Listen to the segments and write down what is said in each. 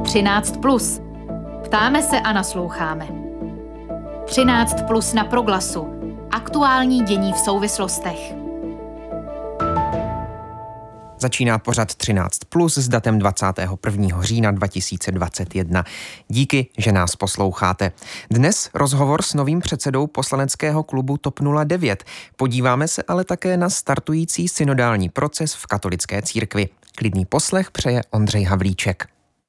13+. Ptáme se a nasloucháme. 13+ na Proglasu. Aktuální dění v souvislostech. Začíná pořad 13+ s datem 21. října 2021. Díky, že nás posloucháte. Dnes rozhovor s novým předsedou poslaneckého klubu TOP 09. Podíváme se ale také na startující synodální proces v katolické církvi. Klidný poslech přeje Ondřej Havlíček.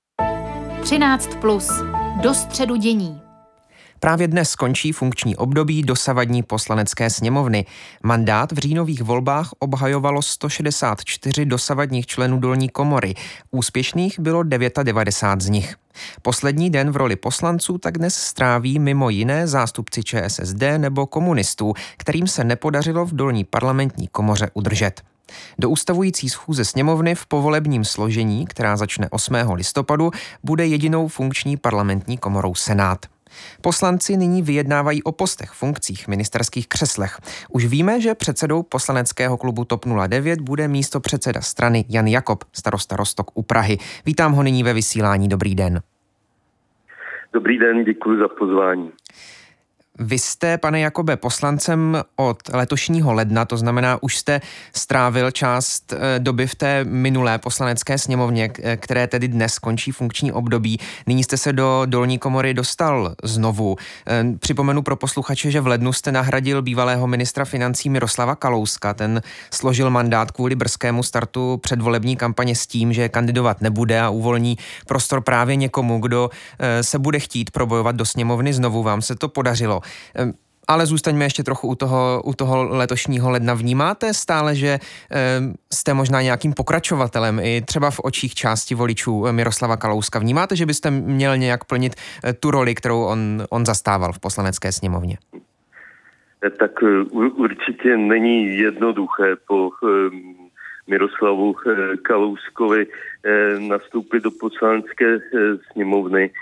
13+. Do středu dění. Právě dnes skončí funkční období dosavadní poslanecké sněmovny. Mandát v říjnových volbách obhajovalo 164 dosavadních členů dolní komory. Úspěšných bylo 99 z nich. Poslední den v roli poslanců tak dnes stráví mimo jiné zástupci ČSSD nebo komunistů, kterým se nepodařilo v dolní parlamentní komoře udržet. Do ustavující schůze sněmovny v povolebním složení, která začne 8. listopadu, bude jedinou funkční parlamentní komorou Senát. Poslanci nyní vyjednávají o postech, funkcích, ministerských křeslech. Už víme, že předsedou poslaneckého klubu TOP 09 bude místopředseda strany Jan Jakob, starosta Roztok u Prahy. Vítám ho nyní ve vysílání. Dobrý den. Dobrý den, děkuji za pozvání. Vy jste, pane Jakobe, poslancem od letošního ledna, to znamená, už jste strávil část doby v té minulé poslanecké sněmovně, které tedy dnes končí funkční období. Nyní jste se do dolní komory dostal znovu. Připomenu pro posluchače, že v lednu jste nahradil bývalého ministra financí Miroslava Kalouska. Ten složil mandát kvůli brzkému startu předvolební kampaně s tím, že kandidovat nebude a uvolní prostor právě někomu, kdo se bude chtít probojovat do sněmovny znovu. Vám se to podařilo. Ale zůstaňme ještě trochu u toho letošního ledna. Vnímáte stále, že jste možná nějakým pokračovatelem i třeba v očích části voličů Miroslava Kalouska? Vnímáte, že byste měl nějak plnit tu roli, kterou on zastával v poslanecké sněmovně? Tak určitě není jednoduché po Miroslavu Kalouskovi nastoupit do poslanecké sněmovny.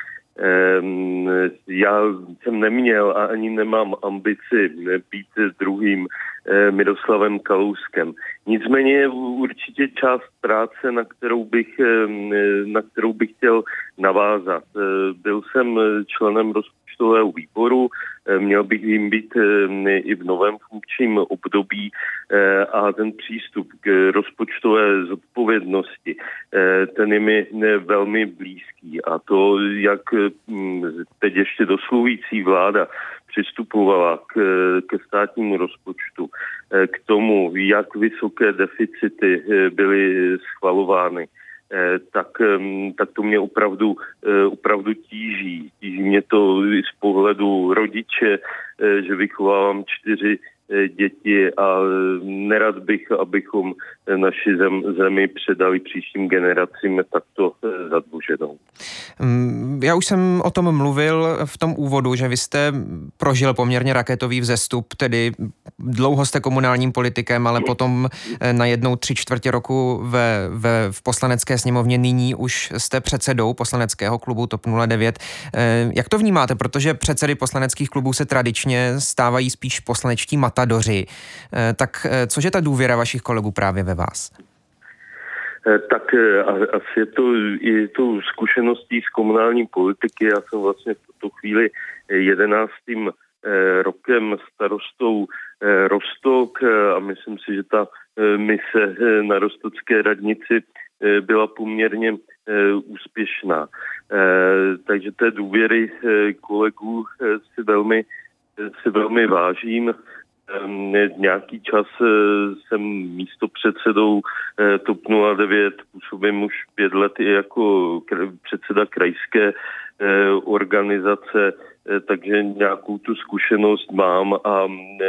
Já jsem neměl a ani nemám ambici být druhým Miroslavem Kalouskem. Nicméně je určitě část práce, na kterou bych chtěl navázat. Byl jsem členem rozpočtového výboru, měl bych jim být i v novém funkčním období a ten přístup k rozpočtové zodpovědnosti, ten je mi velmi blízký. A to, jak teď ještě dosluhující vláda přistupovala ke státnímu rozpočtu, k tomu, jak vysoké deficity byly schvalovány, tak to mě opravdu tíží. Tíží mě to i z pohledu rodiče, že vychovávám 4 děti a nerad bych, abychom naši zemi předali příštím generacím takto zadluženou. Já už jsem o tom mluvil v tom úvodu, že vy jste prožil poměrně raketový vzestup, tedy dlouho jste komunálním politikem, ale potom najednou 3/4 roku v poslanecké sněmovně, nyní už jste předsedou poslaneckého klubu TOP 09. Jak to vnímáte? Protože předsedy poslaneckých klubů se tradičně stávají spíš poslanečtí matadoři. Tak což je ta důvěra vašich kolegů právě ve vás? Tak asi je to zkušeností z komunální politiky. Já jsem vlastně v tuto chvíli 11. rokem starostou Roztok a myslím si, že ta mise na roztocké radnici byla poměrně úspěšná. Takže té důvěry kolegů si velmi vážím. Nějaký čas jsem místopředsedou TOP 09, působím už 5 let i jako předseda krajské organizace, takže nějakou tu zkušenost mám a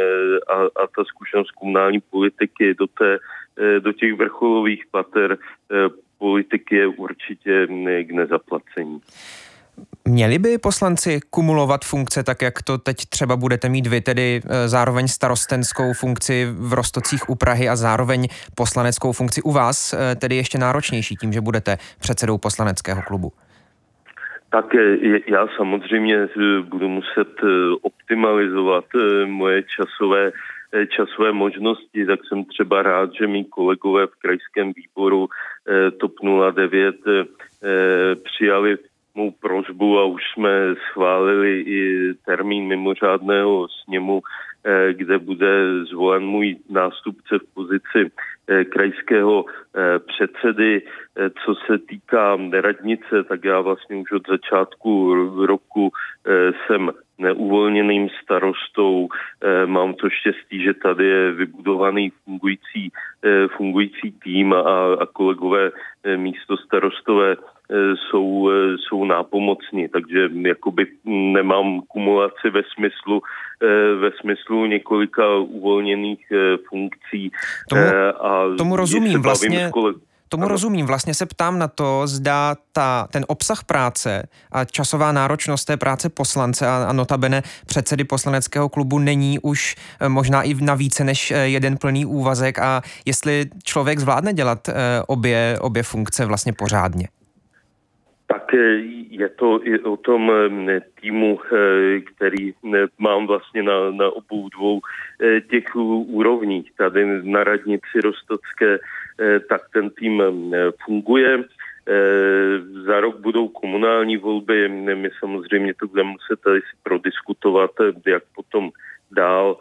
ta zkušenost komunální politiky do těch vrcholových pater politiky je určitě k nezaplacení. Měli by poslanci kumulovat funkce tak, jak to teď třeba budete mít vy, tedy zároveň starostenskou funkci v Roztocích u Prahy a zároveň poslaneckou funkci u vás, tedy ještě náročnější tím, že budete předsedou poslaneckého klubu? Tak já samozřejmě budu muset optimalizovat moje časové možnosti, tak jsem třeba rád, že mý kolegové v krajském výboru TOP 09 přijali mou prosbu a už jsme schválili i termín mimořádného sněmu, kde bude zvolen můj nástupce v pozici krajského předsedy. Co se týká radnice, tak já vlastně už od začátku roku jsem neuvolněným starostou. Mám to štěstí, že tady je vybudovaný fungující tým a kolegové místostarostové jsou nápomocní, takže jakoby nemám kumulaci ve smyslu několika uvolněných funkcí. Tomu rozumím vlastně. Tomu rozumím. Vlastně se ptám na to, zda ten obsah práce a časová náročnost té práce poslance a notabene předsedy poslaneckého klubu není už možná i na více než jeden plný úvazek a jestli člověk zvládne dělat obě funkce vlastně pořádně. Tak je to i o tom týmu, který mám vlastně na obou dvou těch úrovních. Tady na radnici Roztocké tak ten tým funguje. Za rok budou komunální volby. My samozřejmě to budeme muset tady si prodiskutovat, jak potom dál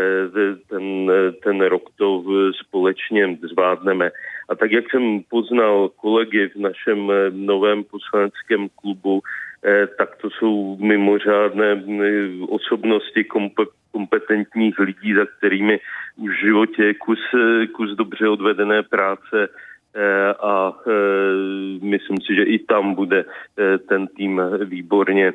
ten rok to společně zvládneme. A tak, jak jsem poznal kolegy v našem novém poslaneckém klubu, tak to jsou mimořádné osobnosti kompetentních lidí, za kterými už v životě je kus dobře odvedené práce a myslím si, že i tam bude ten tým výborně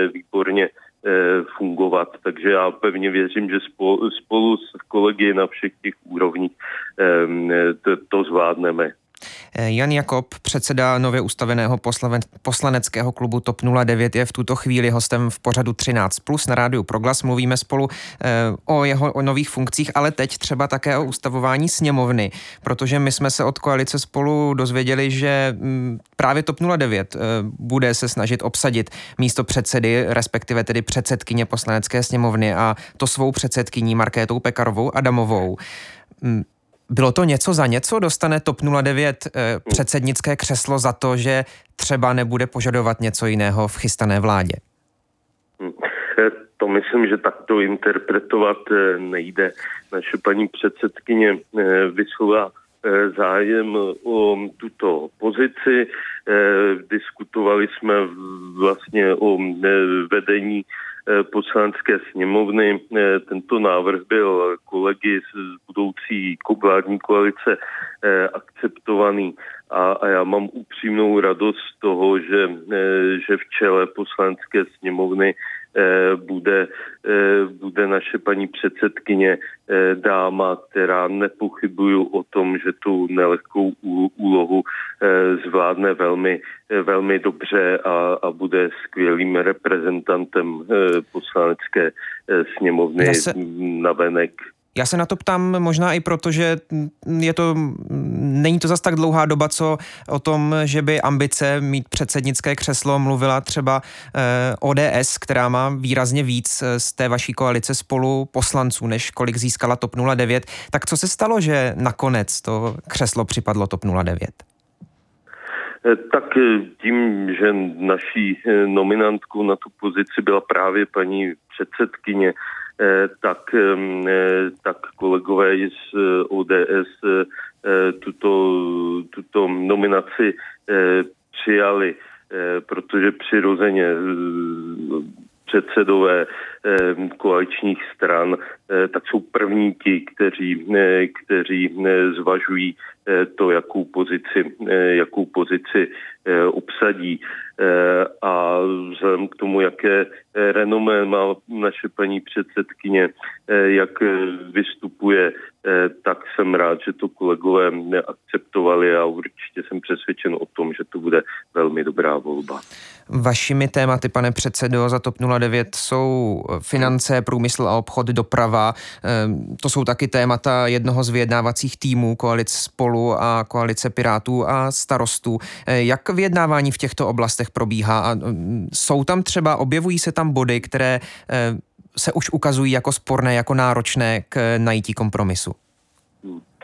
fungovat. Takže já pevně věřím, že spolu s kolegy na všech těch úrovních to zvládneme. Jan Jakob, předseda nově ustaveného poslaneckého klubu TOP 09, je v tuto chvíli hostem v pořadu 13+ na rádiu Proglas. Mluvíme spolu o nových funkcích, ale teď třeba také o ustavování sněmovny, protože my jsme se od koalice Spolu dozvěděli, že právě TOP 09 bude se snažit obsadit místo předsedy, respektive tedy předsedkyně poslanecké sněmovny, a to svou předsedkyní Markétou Pekarovou Adamovou. Bylo to něco za něco? Dostane TOP 09 předsednické křeslo za to, že třeba nebude požadovat něco jiného v chystané vládě? To myslím, že takto interpretovat nejde. Naše paní předsedkyně vyslovila zájem o tuto pozici. Diskutovali jsme vlastně o vedení poslanecké sněmovny. Tento návrh byl kolegy z budoucí vládní koalice akceptovaný a já mám upřímnou radost z toho, že v čele poslanecké sněmovny bude naše paní předsedkyně dáma, která nepochybuju o tom, že tu nelehkou úlohu zvládne velmi dobře a bude skvělým reprezentantem poslanecké sněmovny navenek. Já se na to ptám možná i proto, že není to zas tak dlouhá doba, co o tom, že by ambice mít předsednické křeslo mluvila třeba ODS, která má výrazně víc z té vaší koalice Spolu poslanců, než kolik získala TOP 09. Tak co se stalo, že nakonec to křeslo připadlo TOP 09? Tak tím, že naší nominantkou na tu pozici byla právě paní předsedkyně, tak kolegové z ODS tuto nominaci přijali, protože přirozeně předsedové koaličních stran, tak jsou první ti, kteří zvažují to, jakou pozici obsadí. A vzhledem k tomu, jaké renomé má naše paní předsedkyně, jak vystupuje, tak jsem rád, že to kolegové akceptovali a určitě jsem přesvědčen o tom, že to bude velmi dobrá volba. Vašimi tématy, pane předsedo, za TOP 09 jsou finance, průmysl a obchod, doprava. To jsou taky témata jednoho z vyjednávacích týmů koalice Spolu a koalice Pirátů a Starostů. Jak vyjednávání v těchto oblastech probíhá? A objevují se tam body, které se už ukazují jako sporné, jako náročné k najítí kompromisu?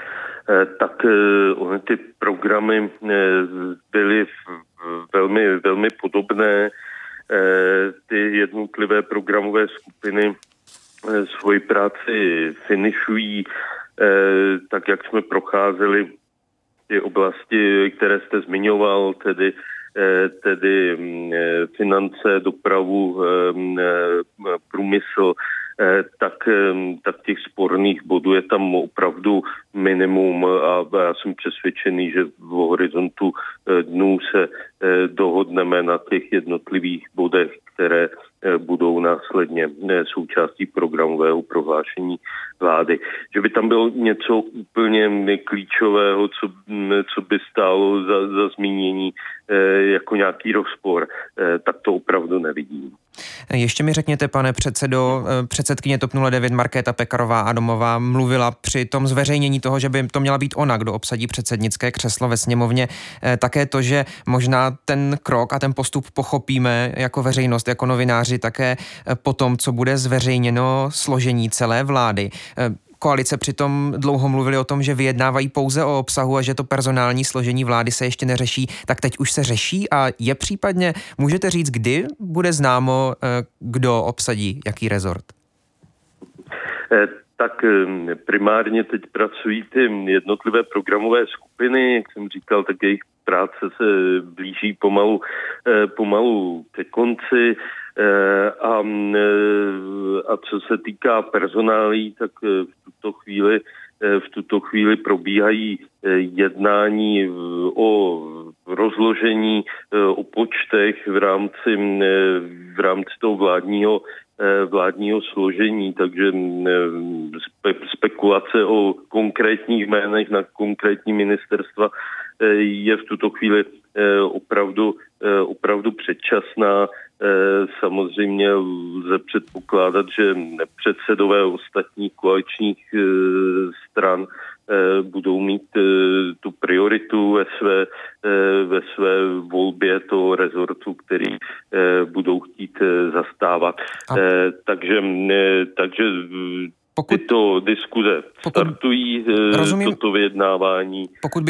tak ony ty programy byly velmi, velmi podobné. Ty jednotlivé programové skupiny svoji práci finišují, tak jak jsme procházeli ty oblasti, které jste zmiňoval, tedy finance, dopravu, průmysl, tak těch sporných bodů je tam opravdu minimum a já jsem přesvědčený, že v horizontu dnů se dohodneme na těch jednotlivých bodech, které budou následně součástí programového prohlášení vlády. Že by tam bylo něco úplně klíčového, co by stálo za zmínění jako nějaký rozpor, tak to opravdu nevidím. Ještě mi řekněte, pane předsedo, předsedkyně TOP 09 Markéta Pekarová Adamová mluvila při tom zveřejnění toho, že by to měla být ona, kdo obsadí předsednické křeslo ve sněmovně, také to, že možná ten krok a ten postup pochopíme jako veřejnost, jako novináři také po tom, co bude zveřejněno složení celé vlády. Koalice přitom dlouho mluvili o tom, že vyjednávají pouze o obsahu a že to personální složení vlády se ještě neřeší, tak teď už se řeší a je případně, můžete říct, kdy bude známo, kdo obsadí jaký rezort? Tak primárně teď pracují ty jednotlivé programové skupiny, jak jsem říkal, tak jejich práce se blíží pomalu ke konci. A co se týká personálí, tak v tuto chvíli probíhají jednání o rozložení, o počtech v rámci toho vládního složení, takže spekulace o konkrétních jménech na konkrétní ministerstva je v tuto chvíli opravdu předčasná. Samozřejmě lze předpokládat, že předsedové ostatních koaličních stran budou mít tu prioritu ve své volbě toho rezortu, který budou chtít zastávat. Takže tyto diskuze startují, toto vyjednávání.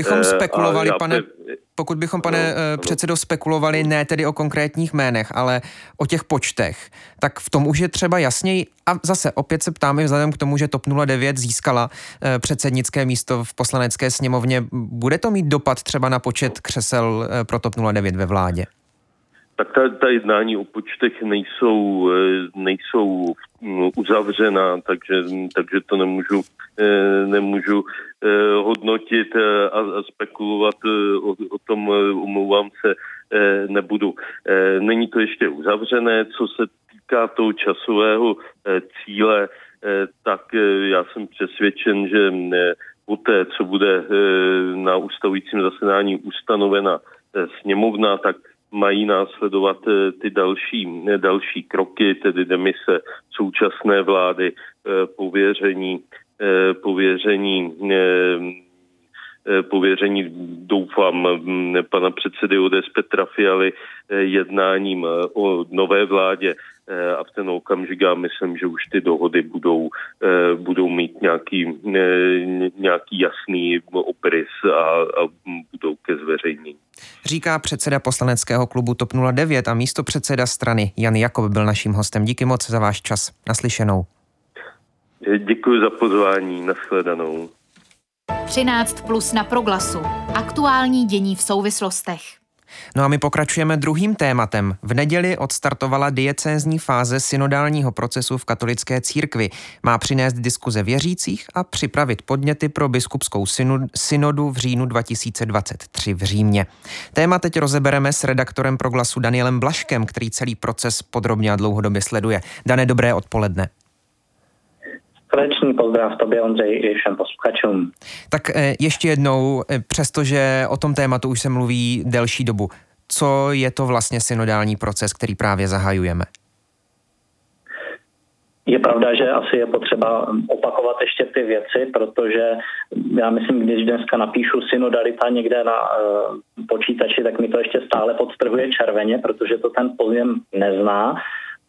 Pokud bychom, pane předsedo, spekulovali ne tedy o konkrétních jménech, ale o těch počtech, tak v tom už je třeba jasněji. A zase opět se ptáme vzhledem k tomu, že TOP 09 získala předsednické místo v poslanecké sněmovně. Bude to mít dopad třeba na počet křesel pro TOP 09 ve vládě? Tak ta jednání o počtech nejsou uzavřená, takže to nemůžu hodnotit a spekulovat o tom, omlouvám se, nebudu. Není to ještě uzavřené, co se týká toho časového cíle, tak já jsem přesvědčen, že poté, co bude na ustavujícím zasedání ustanovena sněmovna, tak mají následovat ty další kroky, tedy demise současné vlády, pověření doufám pana předsedy ODS Petra Fialy jednáním o nové vládě a v ten okamžik já myslím, že už ty dohody budou mít nějaký jasný obrys a budou ke zveřejnění. Říká předseda poslaneckého klubu TOP 09 a místopředseda strany Jan Jakob byl naším hostem. Díky moc za váš čas. Naslyšenou. Děkuji za pozvání. Nashledanou. 13+ na Proglasu. Aktuální dění v souvislostech. No a my pokračujeme druhým tématem. V neděli odstartovala diecézní fáze synodálního procesu v katolické církvi. Má přinést diskuze věřících a připravit podněty pro biskupskou synodu v říjnu 2023 v Římě. Téma teď rozebereme s redaktorem Proglasu Danielem Blažkem, který celý proces podrobně a dlouhodobě sleduje. Dane, dobré odpoledne. Srdečný pozdrav tobě, Ondřej, i všem posluchačům. Tak ještě jednou, přestože o tom tématu už se mluví delší dobu, co je to vlastně synodální proces, který právě zahajujeme? Je pravda, že asi je potřeba opakovat ještě ty věci, protože já myslím, když dneska napíšu synodalita někde na počítači, tak mi to ještě stále podtrhuje červeně, protože to ten pojem nezná.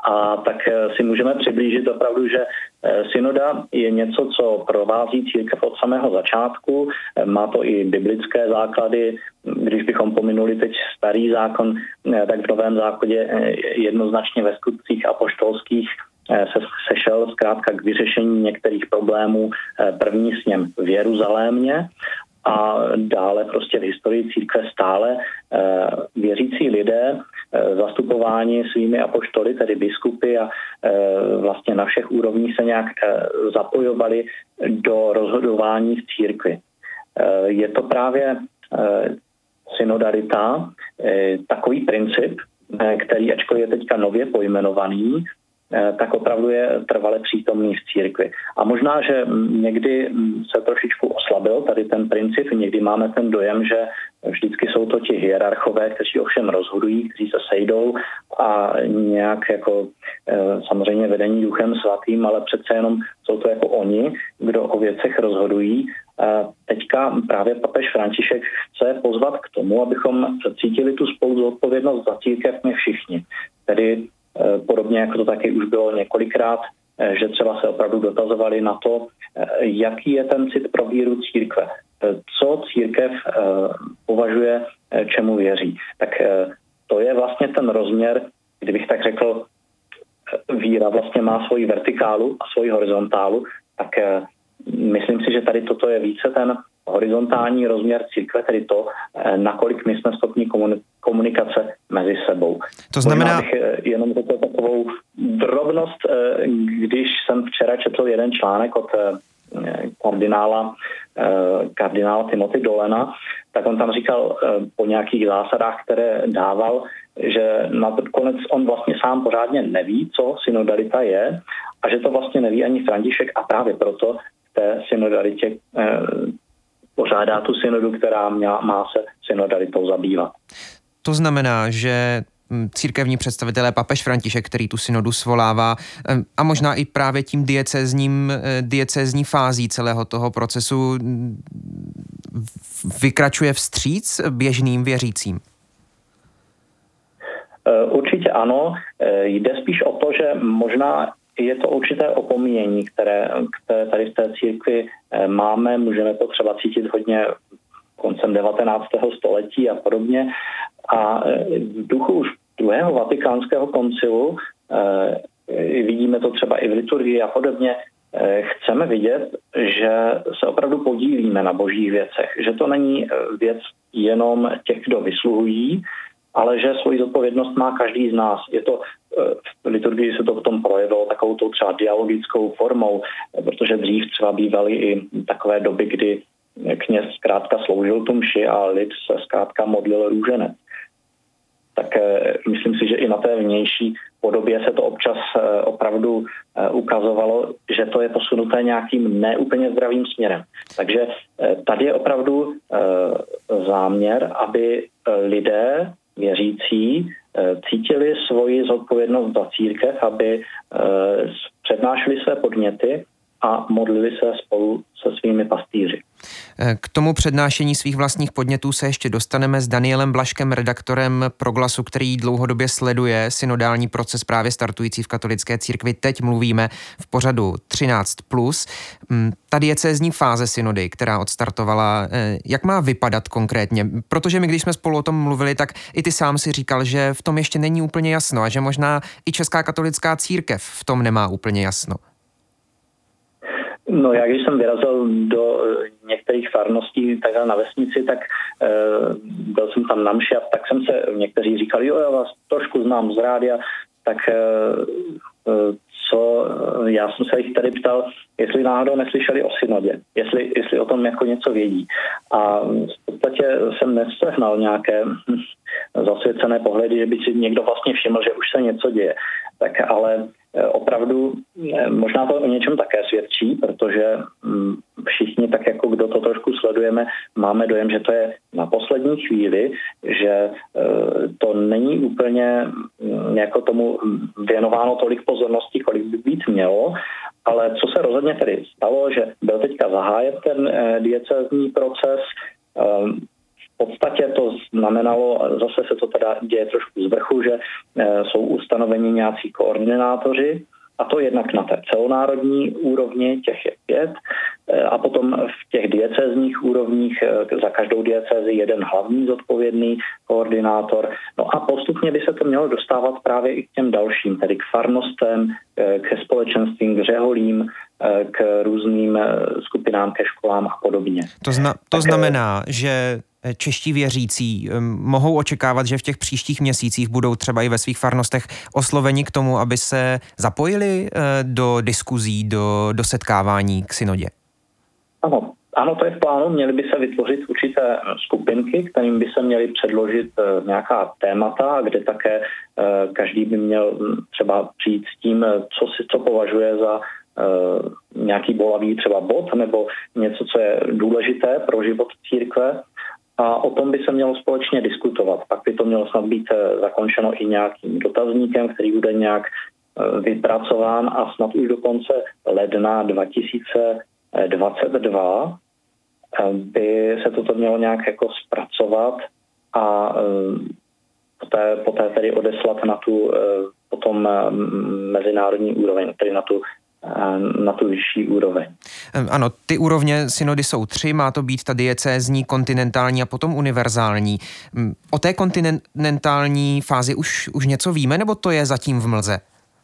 A tak si můžeme přiblížit opravdu, že synoda je něco, co provází církev od samého začátku. Má to i biblické základy. Když bychom pominuli teď starý zákon, tak v Novém zákoně jednoznačně ve skutcích apoštolských se sešel zkrátka k vyřešení některých problémů první sněm v Jeruzalémě a dále prostě v historii církve stále věřící lidé zastupováni svými apoštoly, tedy biskupy a vlastně na všech úrovních se nějak zapojovali do rozhodování v církvi. Je to právě synodalita, takový princip, který ačkoliv je teďka nově pojmenovaný, tak opravdu je trvale přítomný v církvi. A možná, že někdy se trošičku oslabil tady ten princip, někdy máme ten dojem, že vždycky jsou to ti hierarchové, kteří ovšem rozhodují, kteří se sejdou a nějak jako samozřejmě vedení Duchem Svatým, ale přece jenom jsou to jako oni, kdo o věcech rozhodují. Teďka právě papež František chce pozvat k tomu, abychom cítili tu spoluzodpovědnost za církev my všichni. Tedy podobně jako to taky už bylo několikrát, že třeba se opravdu dotazovali na to, jaký je ten cit pro víru církve. Co církev považuje, čemu věří. Tak to je vlastně ten rozměr, kdybych tak řekl, víra vlastně má svoji vertikálu a svoji horizontálu, tak myslím si, že tady toto je více ten horizontální rozměr církve, tedy to, nakolik my jsme schopni komunikace mezi sebou. To znamená... Možná bych jenom řekl takovou drobnost, když jsem včera četl jeden článek od kardinála Timothy Dolena, tak on tam říkal po nějakých zásadách, které dával, že nakonec on vlastně sám pořádně neví, co synodalita je a že to vlastně neví ani František a právě proto v té synodalitě pořádá tu synodu, která má se synodalitou zabývat. To znamená, že církevní představitelé, papež František, který tu synodu svolává a možná i právě tím diecézní fází celého toho procesu vykračuje vstříc běžným věřícím? Určitě ano. Jde spíš o to, že možná je to určité opomíjení, které tady v té církvi máme. Můžeme to třeba cítit hodně koncem 19. století a podobně. A v duchu už druhého vatikánského koncilu, vidíme to třeba i v liturgii a podobně, chceme vidět, že se opravdu podílíme na božích věcech. Že to není věc jenom těch, kdo vysluhují, ale že svoji zodpovědnost má každý z nás. Je to, v liturgii se to potom projevilo takovou tou třeba dialogickou formou, protože dřív třeba bývaly i takové doby, kdy kněz zkrátka sloužil tu mši a lid se zkrátka modlil růženec. Tak myslím si, že i na té vnější podobě se to občas opravdu ukazovalo, že to je posunuté nějakým neúplně zdravým směrem. Takže tady je opravdu záměr, aby lidé věřící cítili svoji zodpovědnost za církev, aby přednášeli své podněty a modlili se spolu se svými pastýři. K tomu přednášení svých vlastních podnětů se ještě dostaneme s Danielem Blažkem, redaktorem Proglasu, který dlouhodobě sleduje synodální proces právě startující v katolické církvi. Teď mluvíme v pořadu 13+. Ta diecézní fáze synody, která odstartovala, jak má vypadat konkrétně? Protože my, když jsme spolu o tom mluvili, tak i ty sám si říkal, že v tom ještě není úplně jasno a že možná i Česká katolická církev v tom nemá úplně jasno. No, já když jsem vyrazil do některých farností takhle na vesnici, tak byl jsem tam na mši a tak jsem se, někteří říkali, jo, já vás trošku znám z rádia, tak co, já jsem se jich tady ptal, jestli náhodou neslyšeli o synodě, jestli o tom jako něco vědí. A v podstatě jsem nesehnal nějaké zasvěcené pohledy, že by si někdo vlastně všiml, že už se něco děje. Tak ale opravdu možná to o něčem také svědčí, protože všichni, tak jako kdo to trošku sledujeme, máme dojem, že to je na poslední chvíli, že to není úplně jako tomu věnováno tolik pozornosti, kolik by být mělo, ale co se rozhodně tedy stalo, že byl teďka zahájen ten diecézní proces, V podstatě to znamenalo, zase se to teda děje trošku z vrchu, že jsou ustanoveni nějací koordinátoři, a to jednak na té celonárodní úrovni, těch je 5, a potom v těch diecézních úrovních za každou diecézi jeden hlavní zodpovědný koordinátor. No a postupně by se to mělo dostávat právě i k těm dalším, tedy k farnostem, ke společenstvím, k řeholím, k různým skupinám, ke školám a podobně. To znamená, že čeští věřící mohou očekávat, že v těch příštích měsících budou třeba i ve svých farnostech osloveni k tomu, aby se zapojili do diskuzí, do setkávání k synodě? Ano, to je v plánu. Měly by se vytvořit určité skupinky, kterým by se měly předložit nějaká témata, kde také každý by měl třeba přijít s tím, co považuje za nějaký bolavý třeba bod nebo něco, co je důležité pro život církve. A o tom by se mělo společně diskutovat. Pak by to mělo snad být zakončeno i nějakým dotazníkem, který bude nějak vypracován a snad už do konce ledna 2022 by se toto mělo nějak jako zpracovat a poté tedy odeslat na tu potom mezinárodní úroveň, tedy na tu vyšší úroveň. Ano, ty úrovně synody jsou 3, má to být ta diecézní, kontinentální a potom univerzální. O té kontinentální fázi už něco víme, nebo to je zatím v mlze?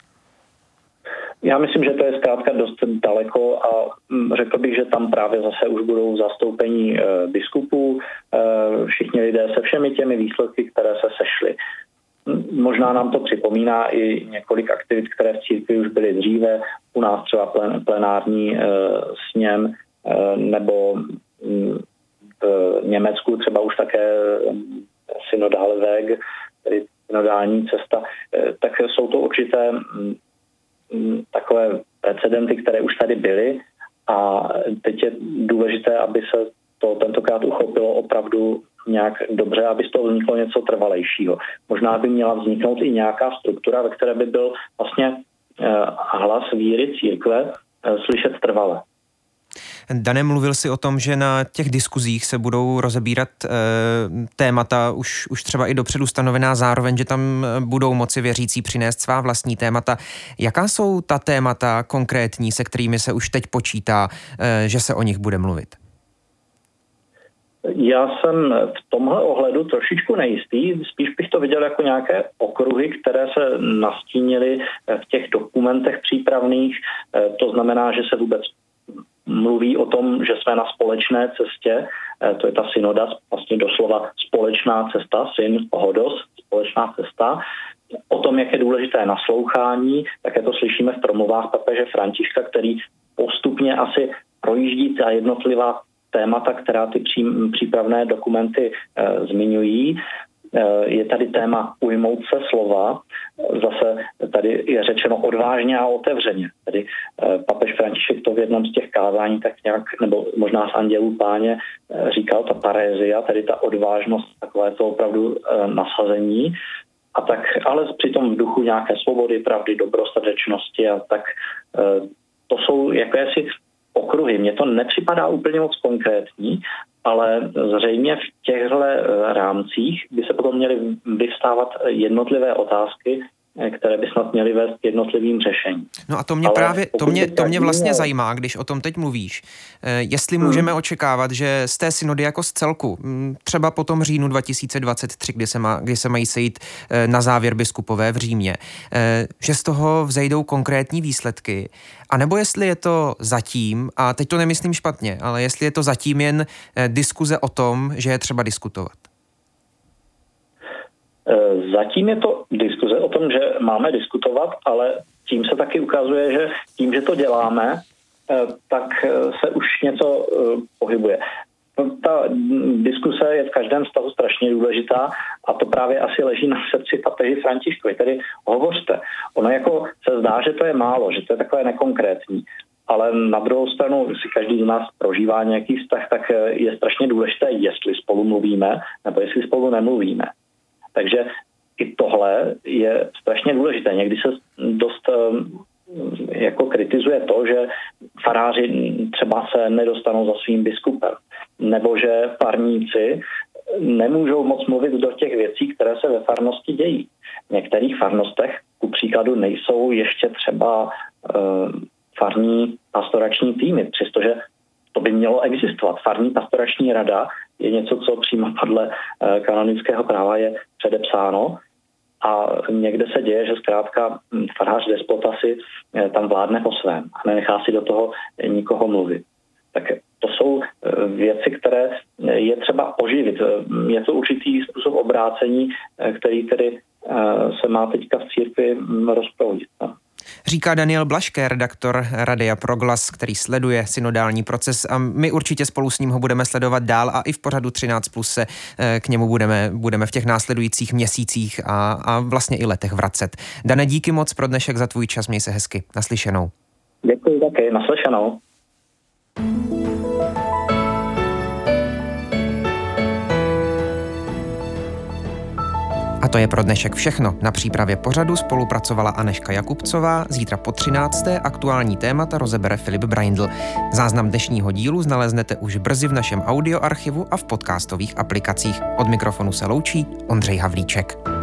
Já myslím, že to je zkrátka dost daleko a řekl bych, že tam právě zase už budou zastoupení biskupů, všichni lidé se všemi těmi výsledky, které se sešly. Možná nám to připomíná i několik aktivit, které v církvi už byly dříve. U nás třeba plenární sněm nebo v Německu třeba už také Synodalweg, tedy synodální cesta. Tak jsou to určité takové precedenty, které už tady byly a teď je důležité, aby se to tentokrát uchopilo opravdu nějak dobře, aby z toho vzniklo něco trvalejšího. Možná by měla vzniknout i nějaká struktura, ve které by byl vlastně hlas víry církve slyšet trvale. Dane, mluvil jsi o tom, že na těch diskuzích se budou rozebírat témata už třeba i dopředu stanovená, zároveň, že tam budou moci věřící přinést svá vlastní témata. Jaká jsou ta témata konkrétní, se kterými se už teď počítá, že se o nich bude mluvit? Já jsem v tomhle ohledu trošičku nejistý, spíš bych to viděl jako nějaké okruhy, které se nastínily v těch dokumentech přípravných. To znamená, že se vůbec mluví o tom, že jsme na společné cestě, to je ta synoda, vlastně doslova společná cesta, syn, hodos, společná cesta. O tom, jak je důležité naslouchání, také to slyšíme v promluvách papeže Františka, který postupně asi projíždí ta jednotlivá témata, která ty přípravné dokumenty zmiňují. Je tady téma ujmout se slova, zase tady je řečeno odvážně a otevřeně. Tady papež František to v jednom z těch kázání tak nějak, nebo možná z Andělů Páně říkal, ta parézia, tady ta odvážnost, takové to opravdu nasazení, a tak, ale přitom v duchu nějaké svobody, pravdy, dobrosrdečnosti a tak to jsou jakési okruhy. Mně to nepřipadá úplně moc konkrétní, ale zřejmě v těchto rámcích by se potom měly vyvstávat jednotlivé otázky, které by snad měly vést k jednotlivým řešením. No a to mě vlastně zajímá, když o tom teď mluvíš. Jestli můžeme očekávat, že z té synody jako z celku, třeba po tom říjnu 2023, kdy se mají sejít na závěr biskupové v Římě, že z toho vzejdou konkrétní výsledky, anebo jestli je to zatím, a teď to nemyslím špatně, ale jestli je to zatím jen diskuze o tom, že je třeba diskutovat. Zatím je to diskuze o tom, že máme diskutovat, ale tím se taky ukazuje, že tím, že to děláme, tak se už něco pohybuje. Ta diskuse je v každém stavu strašně důležitá a to právě asi leží na srdci papeži Františkovi. Tedy hovořte. Ono jako se zdá, že to je málo, že to je takové nekonkrétní. Ale na druhou stranu, si každý z nás prožívá nějaký vztah, tak je strašně důležité, jestli spolu mluvíme, nebo jestli spolu nemluvíme. Takže i tohle je strašně důležité. Někdy se dost jako kritizuje to, že faráři třeba se nedostanou za svým biskupem, nebo že farníci nemůžou moc mluvit do těch věcí, které se ve farnosti dějí. V některých farnostech, ku příkladu, nejsou ještě třeba farní pastorační týmy, přestože to by mělo existovat. Farní pastorační rada je něco, co přímo podle kanonického práva je předepsáno a někde se děje, že zkrátka farář despota si tam vládne po svém a nenechá si do toho nikoho mluvit. Tak to jsou věci, které je třeba oživit. Je to určitý způsob obrácení, který tedy se má teďka v církvi rozproudit. Říká Daniel Blaške, redaktor Radia Proglas, který sleduje synodální proces a my určitě spolu s ním ho budeme sledovat dál a i v pořadu 13+ se k němu budeme v těch následujících měsících a vlastně i letech vracet. Dane, díky moc pro dnešek za tvůj čas, měj se hezky. Naslyšenou. Děkuji taky, naslyšenou. A to je pro dnešek všechno. Na přípravě pořadu spolupracovala Anežka Jakubcová. Zítra po 13. aktuální témata rozebere Filip Braindl. Záznam dnešního dílu naleznete už brzy v našem audioarchivu a v podcastových aplikacích. Od mikrofonu se loučí Ondřej Havlíček.